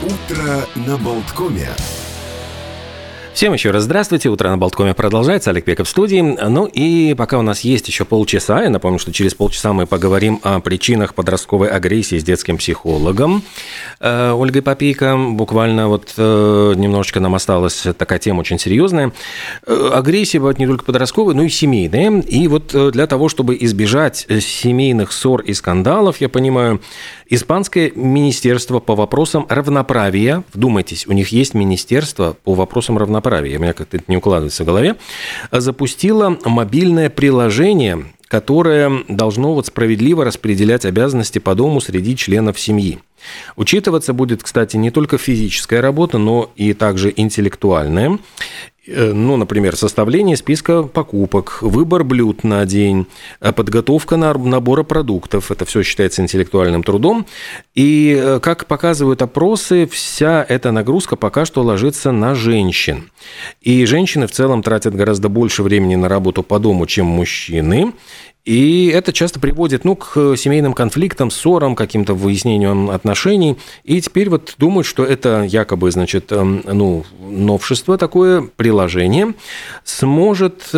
Утро на Болткоме. Всем еще раз здравствуйте. Утро на Болткоме продолжается. Олег Пеков в студии. Ну и пока у нас есть еще полчаса, я напомню, что через полчаса мы поговорим о причинах подростковой агрессии с детским психологом Ольгой Попейко. Буквально вот немножечко нам осталась такая тема очень серьезная. Агрессия бывает не только подростковая, но и семейная. И вот для того, чтобы избежать семейных ссор и скандалов, я понимаю, Испанское министерство по вопросам равноправия, вдумайтесь, у них есть министерство по вопросам равноправия, у меня как-то это не укладывается в голове, запустило мобильное приложение, которое должно вот справедливо распределять обязанности по дому среди членов семьи. Учитываться будет, кстати, не только физическая работа, но и также интеллектуальная. Ну, например, составление списка покупок, выбор блюд на день, подготовка набора продуктов. Это все считается интеллектуальным трудом. И, как показывают опросы, вся эта нагрузка пока что ложится на женщин. И женщины в целом тратят гораздо больше времени на работу по дому, чем мужчины. И это часто приводит, к семейным конфликтам, ссорам, каким-то выяснениям отношений. И теперь вот думают, что это якобы, новшество, такое приложение сможет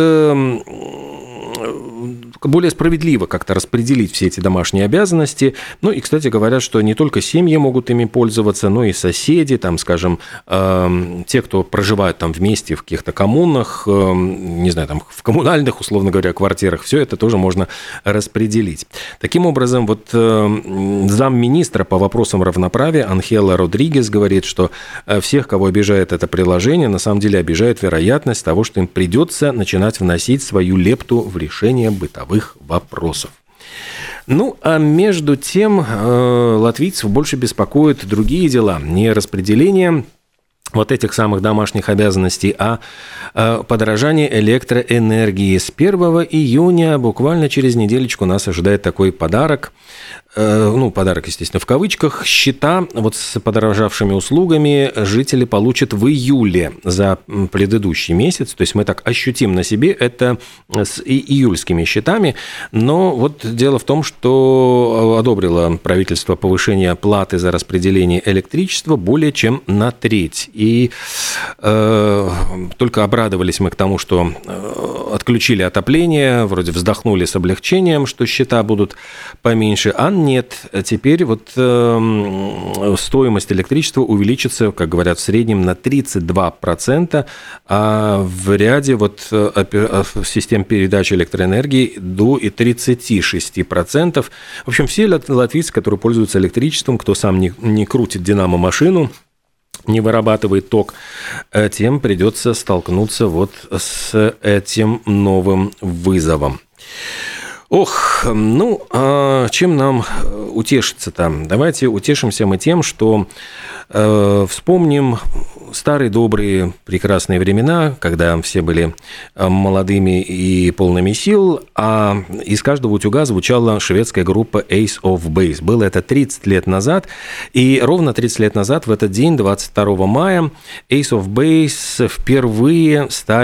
более справедливо как-то распределить все эти домашние обязанности. Ну и, кстати, говорят, что не только семьи могут ими пользоваться, но и соседи, там, скажем, те, кто проживают там вместе в каких-то коммунах, не знаю, там в коммунальных, условно говоря, квартирах, все это тоже можно распределить. Таким образом, вот замминистра по вопросам равноправия Анхела Родригес говорит, что всех, кого обижает это приложение, на самом деле обижает вероятность того, что им придется начинать вносить свою лепту в решение бытовых вопросов. Ну, а между тем латвийцев больше беспокоят другие дела, не распределение вот этих самых домашних обязанностей, а подорожание электроэнергии. С 1 июня, буквально через недельечку, нас ожидает такой подарок. Подарок, естественно, в кавычках. Счета вот с подорожавшими услугами жители получат в июле за предыдущий месяц. То есть мы так ощутим на себе это с июльскими счетами. Но вот дело в том, что одобрило правительство повышение платы за распределение электричества более чем на треть. И только обрадовались мы к тому, что отключили отопление, вроде вздохнули с облегчением, что счета будут поменьше, а нет, теперь вот стоимость электричества увеличится, как говорят, в среднем на 32%, а в ряде вот систем передачи электроэнергии до и 36%. В общем, все латвийцы, которые пользуются электричеством, кто сам не крутит динамо-машину, не вырабатывает ток, тем придется столкнуться вот с этим новым вызовом. Чем нам утешиться-то? Давайте утешимся мы тем, что вспомним старые добрые прекрасные времена, когда все были молодыми и полными сил, а из каждого утюга звучала шведская группа Ace of Base. Было это 30 лет назад, и ровно 30 лет назад, в этот день, 22 мая, Ace of Base впервые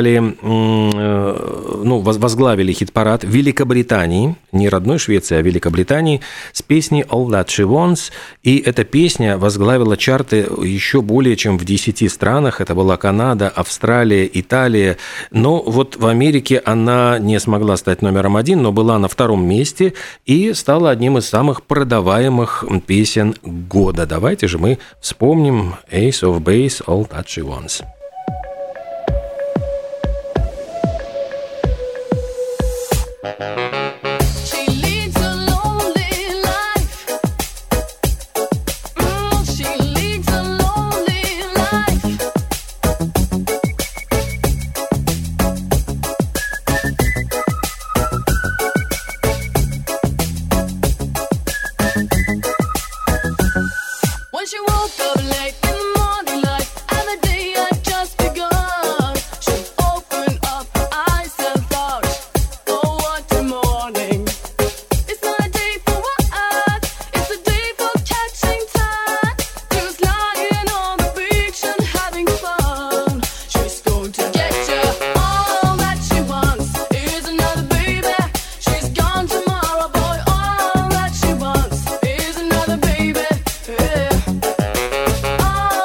возглавили хит-парад Великобритании, не родной Швеции, а Великобритании, с песней All That She Wants, и эта песня возглавила чарты еще более чем в 10 странах. Это была Канада, Австралия, Италия. Но вот в Америке она не смогла стать номером 1, но была на 2-м месте и стала одним из самых продаваемых песен года. Давайте же мы вспомним Ace of Base, All That She Wants. She woke up late in the morning light, and the day had just begun. She opened up her eyes and thought, oh, what a morning. It's not a day for what, it's a day for catching time. Just lying on the beach and having fun. She's going to get you. All that she wants is another baby. She's gone tomorrow, boy. All that she wants is another baby. Yeah. All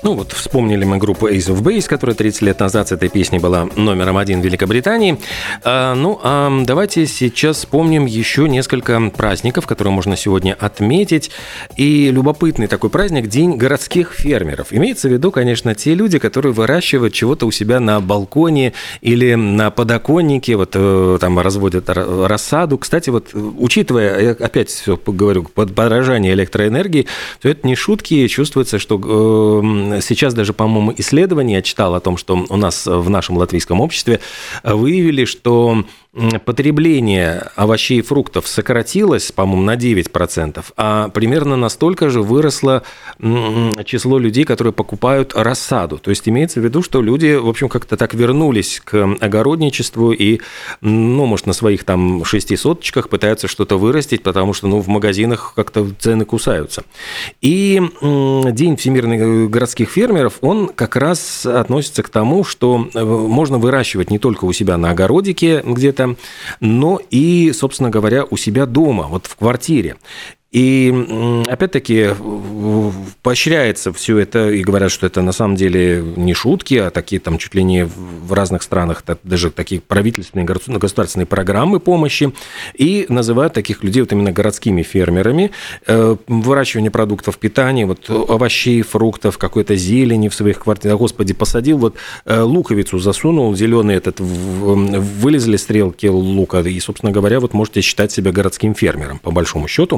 Ну вот вспомнили мы группу Ace of Base, которая 30 лет назад с этой песней была номером 1 в Великобритании. Давайте сейчас вспомним еще несколько праздников, которые можно сегодня отметить. И любопытный такой праздник – День городских фермеров. Имеется в виду, конечно, те люди, которые выращивают чего-то у себя на балконе или на подоконнике, вот там разводят рассаду. Кстати, вот учитывая, я опять все говорю, подорожание электроэнергии, то это не шутки, чувствуется, что сейчас даже, по-моему, исследования я читал о том, что у нас в нашем латвийском обществе выявили, что потребление овощей и фруктов сократилось, по-моему, на 9%, а примерно настолько же выросло число людей, которые покупают рассаду. То есть имеется в виду, что люди, в общем, как-то так вернулись к огородничеству и, может, на своих там 6 соточках пытаются что-то вырастить, потому что, в магазинах как-то цены кусаются. И День всемирных городских фермеров, он как раз относится к тому, что можно выращивать не только у себя на огородике где-то, но и, собственно говоря, у себя дома, вот в квартире. И, опять-таки, поощряется все это, и говорят, что это на самом деле не шутки, а такие там чуть ли не в разных странах даже такие правительственные государственные программы помощи, и называют таких людей вот именно городскими фермерами. Выращивание продуктов питания, вот овощей, фруктов, какой-то зелени в своих квартирах. Господи, посадил, вот луковицу засунул, зеленый вылезли стрелки лука, и, собственно говоря, вот можете считать себя городским фермером, по большому счету.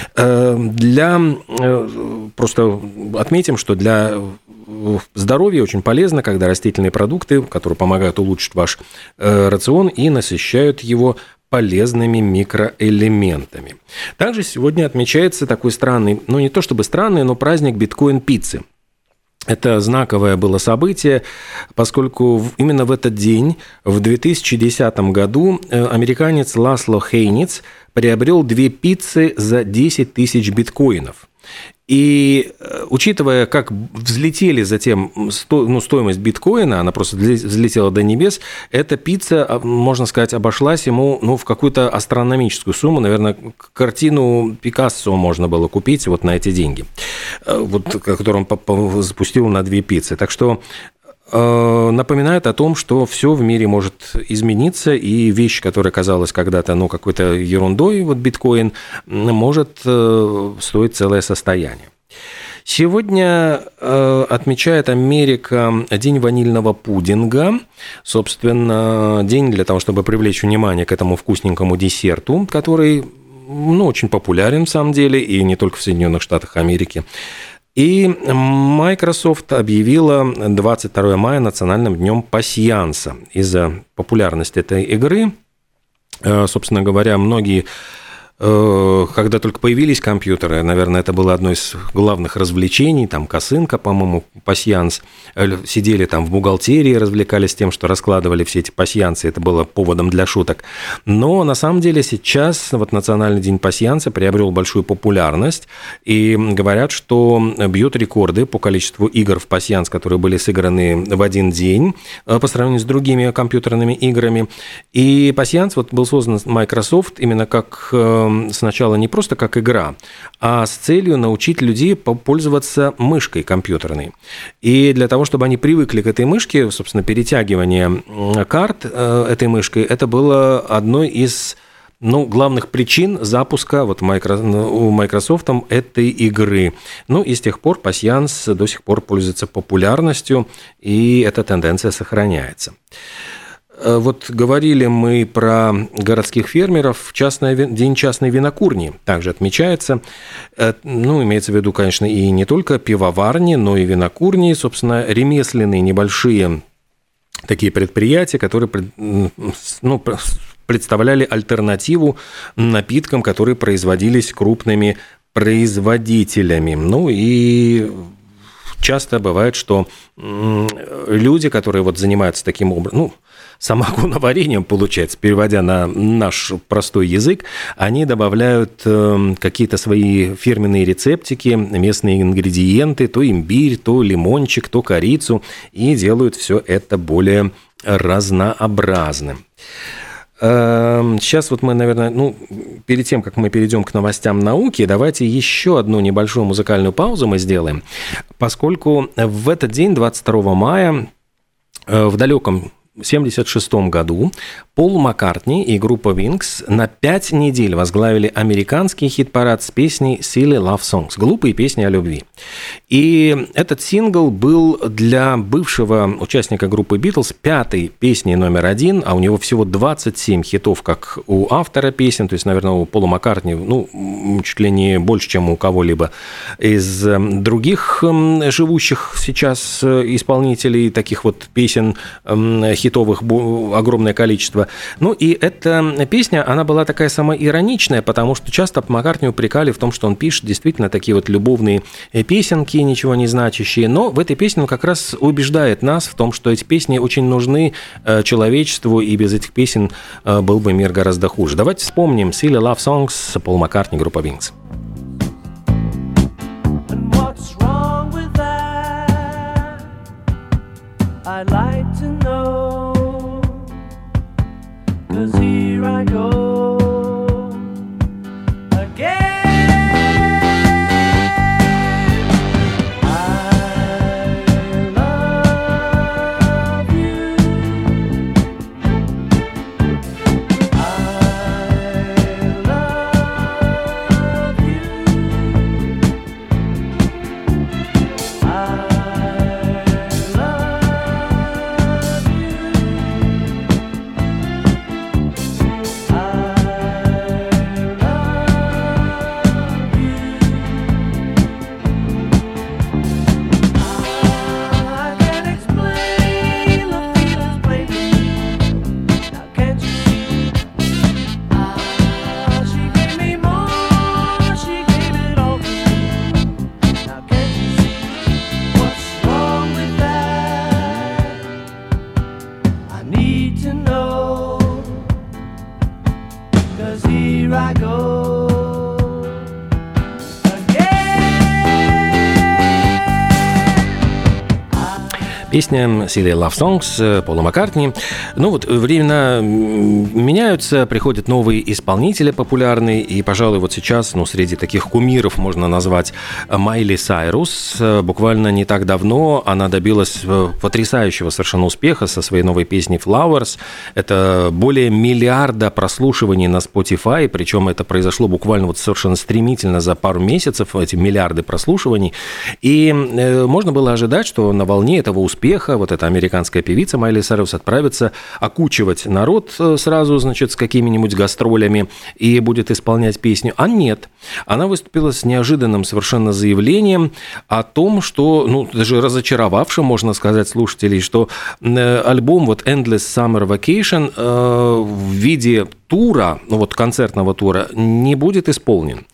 Просто отметим, что для здоровья очень полезно, когда растительные продукты, которые помогают улучшить ваш рацион и насыщают его полезными микроэлементами. Также сегодня отмечается такой странный, не то чтобы странный, но праздник биткоин-пиццы. Это знаковое было событие, поскольку именно в этот день, в 2010 году, американец Ласло Хейниц приобрел 2 пиццы за 10 тысяч биткоинов. И учитывая, как взлетели затем стоимость биткоина, она просто взлетела до небес, эта пицца, можно сказать, обошлась ему в какую-то астрономическую сумму. Наверное, картину Пикассо можно было купить вот на эти деньги, которую он запустил на 2 пиццы. Так что напоминает о том, что все в мире может измениться, и вещь, которая казалась когда-то какой-то ерундой, вот биткоин, может стоить целое состояние. Сегодня отмечает Америка День ванильного пудинга. Собственно, день для того, чтобы привлечь внимание к этому вкусненькому десерту, который очень популярен в самом деле, и не только в Соединенных Штатах Америки. И Microsoft объявила 22 мая национальным днем пасьянса. Из-за популярности этой игры, собственно говоря, многие, когда только появились компьютеры, наверное, это было одно из главных развлечений, там косынка, по-моему, пасьянс, сидели там в бухгалтерии, развлекались тем, что раскладывали все эти пасьянсы, это было поводом для шуток. Но на самом деле сейчас вот Национальный день пасьянса приобрел большую популярность, и говорят, что бьет рекорды по количеству игр в пасьянс, которые были сыграны в один день по сравнению с другими компьютерными играми. И пасьянс был создан Microsoft именно как сначала не просто как игра, а с целью научить людей пользоваться мышкой компьютерной. И для того, чтобы они привыкли к этой мышке, собственно, перетягивание карт этой мышкой, это было одной из главных причин запуска у Microsoft этой игры. И с тех пор пасьянс до сих пор пользуется популярностью, и эта тенденция сохраняется. Вот говорили мы про городских фермеров, День частной винокурни также отмечается. Имеется в виду, конечно, и не только пивоварни, но и винокурни, собственно, ремесленные небольшие такие предприятия, которые представляли альтернативу напиткам, которые производились крупными производителями. И часто бывает, что люди, которые занимаются таким образом, самогоноварением, получается, переводя на наш простой язык, они добавляют какие-то свои фирменные рецептики, местные ингредиенты, то имбирь, то лимончик, то корицу, и делают все это более разнообразным. Сейчас вот мы, наверное, перед тем, как мы перейдем к новостям науки, давайте еще одну небольшую музыкальную паузу мы сделаем, поскольку в этот день, 22 мая, в далеком 1976 году Пол Маккартни и группа Wings на 5 недель возглавили американский хит-парад с песней «Silly Love Songs» – «Глупые песни о любви». И этот сингл был для бывшего участника группы Beatles 5-й песней номер 1, а у него всего 27 хитов, как у автора песен, то есть, наверное, у Пола Маккартни, чуть ли не больше, чем у кого-либо из других живущих сейчас исполнителей таких вот песен хитовых огромное количество. И эта песня, она была такая самоироничная, потому что часто Маккартни упрекали в том, что он пишет действительно такие вот любовные песенки, ничего не значащие, но в этой песне он как раз убеждает нас в том, что эти песни очень нужны человечеству, и без этих песен был бы мир гораздо хуже. Давайте вспомним «Silly Love Songs», Пол Маккартни, группа Wings. I'd like to know, 'cause here I go again. I love you. I love you. Песня «Silly Love Songs» Пола Маккартни. Времена меняются, приходят новые исполнители популярные, и, пожалуй, вот сейчас, среди таких кумиров можно назвать Майли Сайрус. Буквально не так давно она добилась потрясающего совершенно успеха со своей новой песней «Flowers». Это более миллиарда прослушиваний на Spotify, причем это произошло буквально совершенно стремительно за пару месяцев, эти миллиарды прослушиваний. И можно было ожидать, что на волне этого успеха вот эта американская певица Майли Сайрус отправится окучивать народ сразу, с какими-нибудь гастролями и будет исполнять песню. А нет. Она выступила с неожиданным совершенно заявлением о том, что, даже разочаровавшим, можно сказать, слушателей, что альбом Endless Summer Vacation в виде тура, концертного тура, не будет исполнен.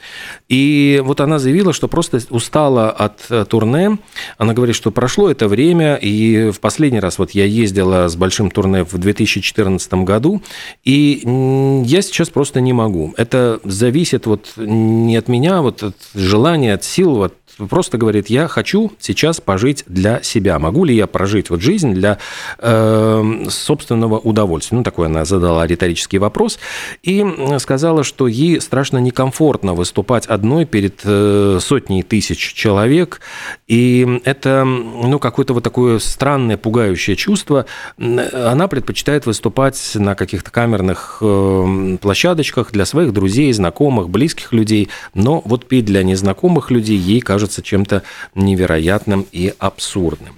И она заявила, что просто устала от турне. Она говорит, что прошло это время, и в последний раз я ездила с большим турне в 2014 году, и я сейчас просто не могу. Это зависит не от меня, от желания, от сил, просто говорит, я хочу сейчас пожить для себя. Могу ли я прожить жизнь для собственного удовольствия? Такой она задала риторический вопрос. И сказала, что ей страшно некомфортно выступать одной перед сотней тысяч человек. И это какое-то такое странное, пугающее чувство. Она предпочитает выступать на каких-то камерных площадочках для своих друзей, знакомых, близких людей. Но петь для незнакомых людей ей кажется чем-то невероятным и абсурдным.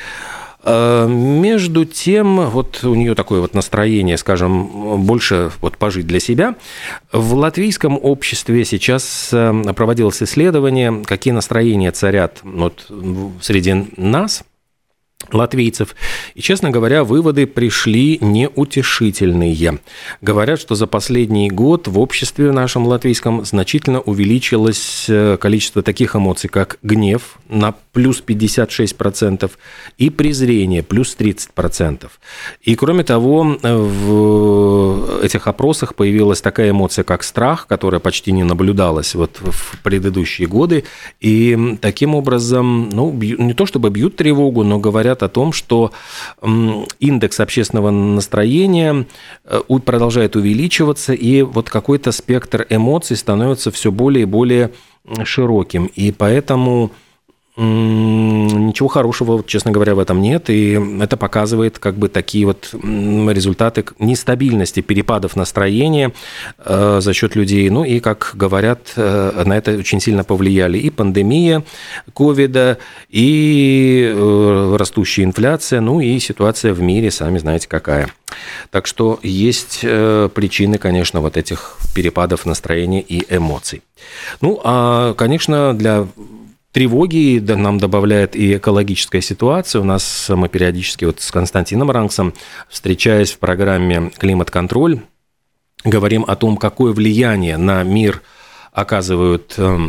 Между тем, у нее такое настроение, скажем, больше пожить для себя. В латвийском обществе сейчас проводилось исследование, какие настроения царят среди нас, латвийцев. И, честно говоря, выводы пришли неутешительные. Говорят, что за последний год в обществе нашем латвийском значительно увеличилось количество таких эмоций, как гнев на плюс 56% и презрение плюс 30%. И, кроме того, в этих опросах появилась такая эмоция, как страх, которая почти не наблюдалась в предыдущие годы. И таким образом, не то чтобы бьют тревогу, но говорят, говорят о том, что индекс общественного настроения продолжает увеличиваться, и вот какой-то спектр эмоций становится все более и более широким. И поэтому ничего хорошего, честно говоря, в этом нет, и это показывает как бы такие вот результаты нестабильности, перепадов настроения за счет людей. Ну и, как говорят, на это очень сильно повлияли и пандемия ковида, и растущая инфляция, ну и ситуация в мире, сами знаете, какая. Так что есть причины, конечно, вот этих перепадов настроения и эмоций. Ну, а, конечно, для тревоги нам добавляет и экологическая ситуация. У нас мы периодически вот с Константином Рангсом, встречаясь в программе «Климат-контроль», говорим о том, какое влияние на мир оказывает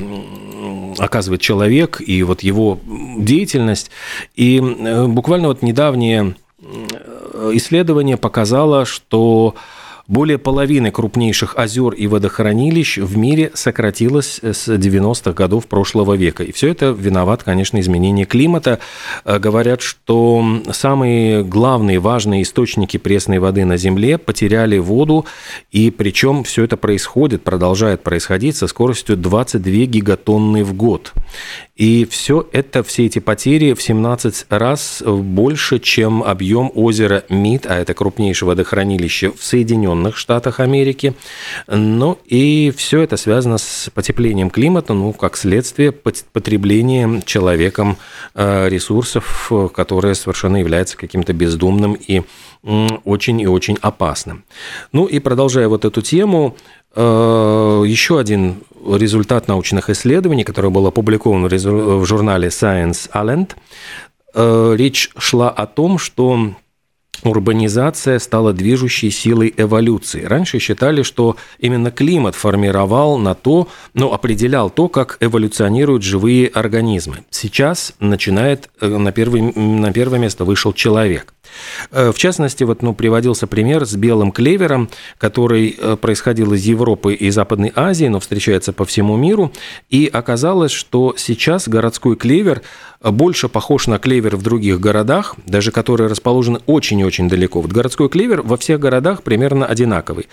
человек и вот его деятельность. И буквально вот недавнее исследование показало, что более половины крупнейших озер и водохранилищ в мире сократилось с 90-х годов прошлого века. И все это виноват, конечно, изменение климата. Говорят, что самые главные, важные источники пресной воды на Земле потеряли воду, и причем все это продолжает происходить со скоростью 22 гигатонны в год. И все эти потери в 17 раз больше, чем объем озера Мид, а это крупнейшее водохранилище в Соединенных Штатах Америки. Ну и все это связано с потеплением климата, ну, как следствие потребления человеком ресурсов, которое совершенно является каким-то бездумным и очень опасным. Ну и продолжая вот эту тему, еще один результат научных исследований, который был опубликован в журнале Science Alent. Речь шла о том, что урбанизация стала движущей силой эволюции. Раньше считали, что именно климат определял то, как эволюционируют живые организмы. Сейчас на первое место вышел человек. В частности, приводился пример с белым клевером, который происходил из Европы и Западной Азии, но встречается по всему миру. И оказалось, что сейчас городской клевер больше похож на клевер в других городах, даже которые расположены очень-очень далеко. Вот городской клевер во всех городах примерно одинаковый.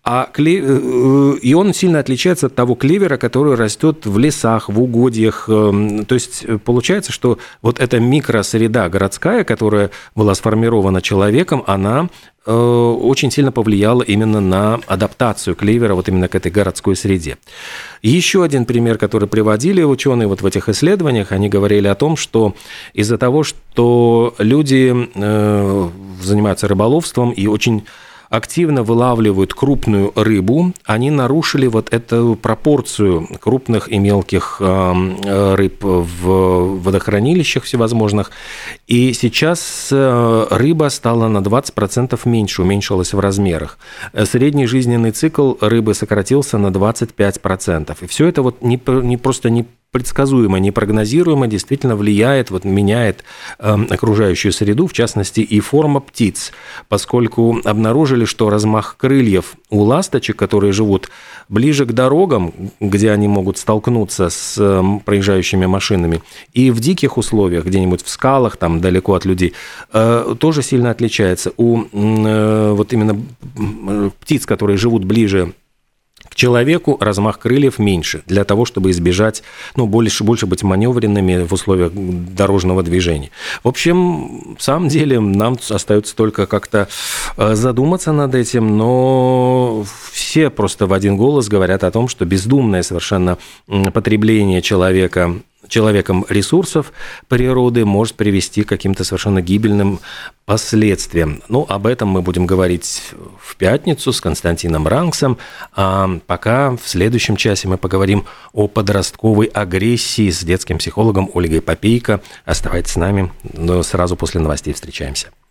И он сильно отличается от того клевера, который растет в лесах, в угодьях. То есть получается, что вот эта микросреда городская, которая была сформирована человеком, она очень сильно повлияла именно на адаптацию клевера вот именно к этой городской среде. Еще один пример, который приводили ученые вот в этих исследованиях, они говорили о том, что из-за того, что люди занимаются рыболовством и очень активно вылавливают крупную рыбу, они нарушили вот эту пропорцию крупных и мелких рыб в водохранилищах всевозможных. И сейчас рыба стала на 20% меньше, уменьшилась в размерах. Средний жизненный цикл рыбы сократился на 25%. И все это вот просто непредсказуемо, непрогнозируемо действительно влияет, меняет окружающую среду, в частности и форма птиц, поскольку обнаружили, что размах крыльев у ласточек, которые живут ближе к дорогам, где они могут столкнуться с проезжающими машинами, и в диких условиях, где-нибудь в скалах, там далеко от людей, тоже сильно отличается. У вот именно птиц, которые живут ближе к человеку, размах крыльев меньше, для того, чтобы избежать, больше быть маневренными в условиях дорожного движения. В общем, в самом деле, нам остается только как-то задуматься над этим, но все просто в один голос говорят о том, что бездумное совершенно потребление человеком ресурсов природы может привести к каким-то совершенно гибельным последствиям. Об этом мы будем говорить в пятницу с Константином Рангсом, а пока в следующем часе мы поговорим о подростковой агрессии с детским психологом Ольгой Попейко. Оставайтесь с нами, но сразу после новостей встречаемся.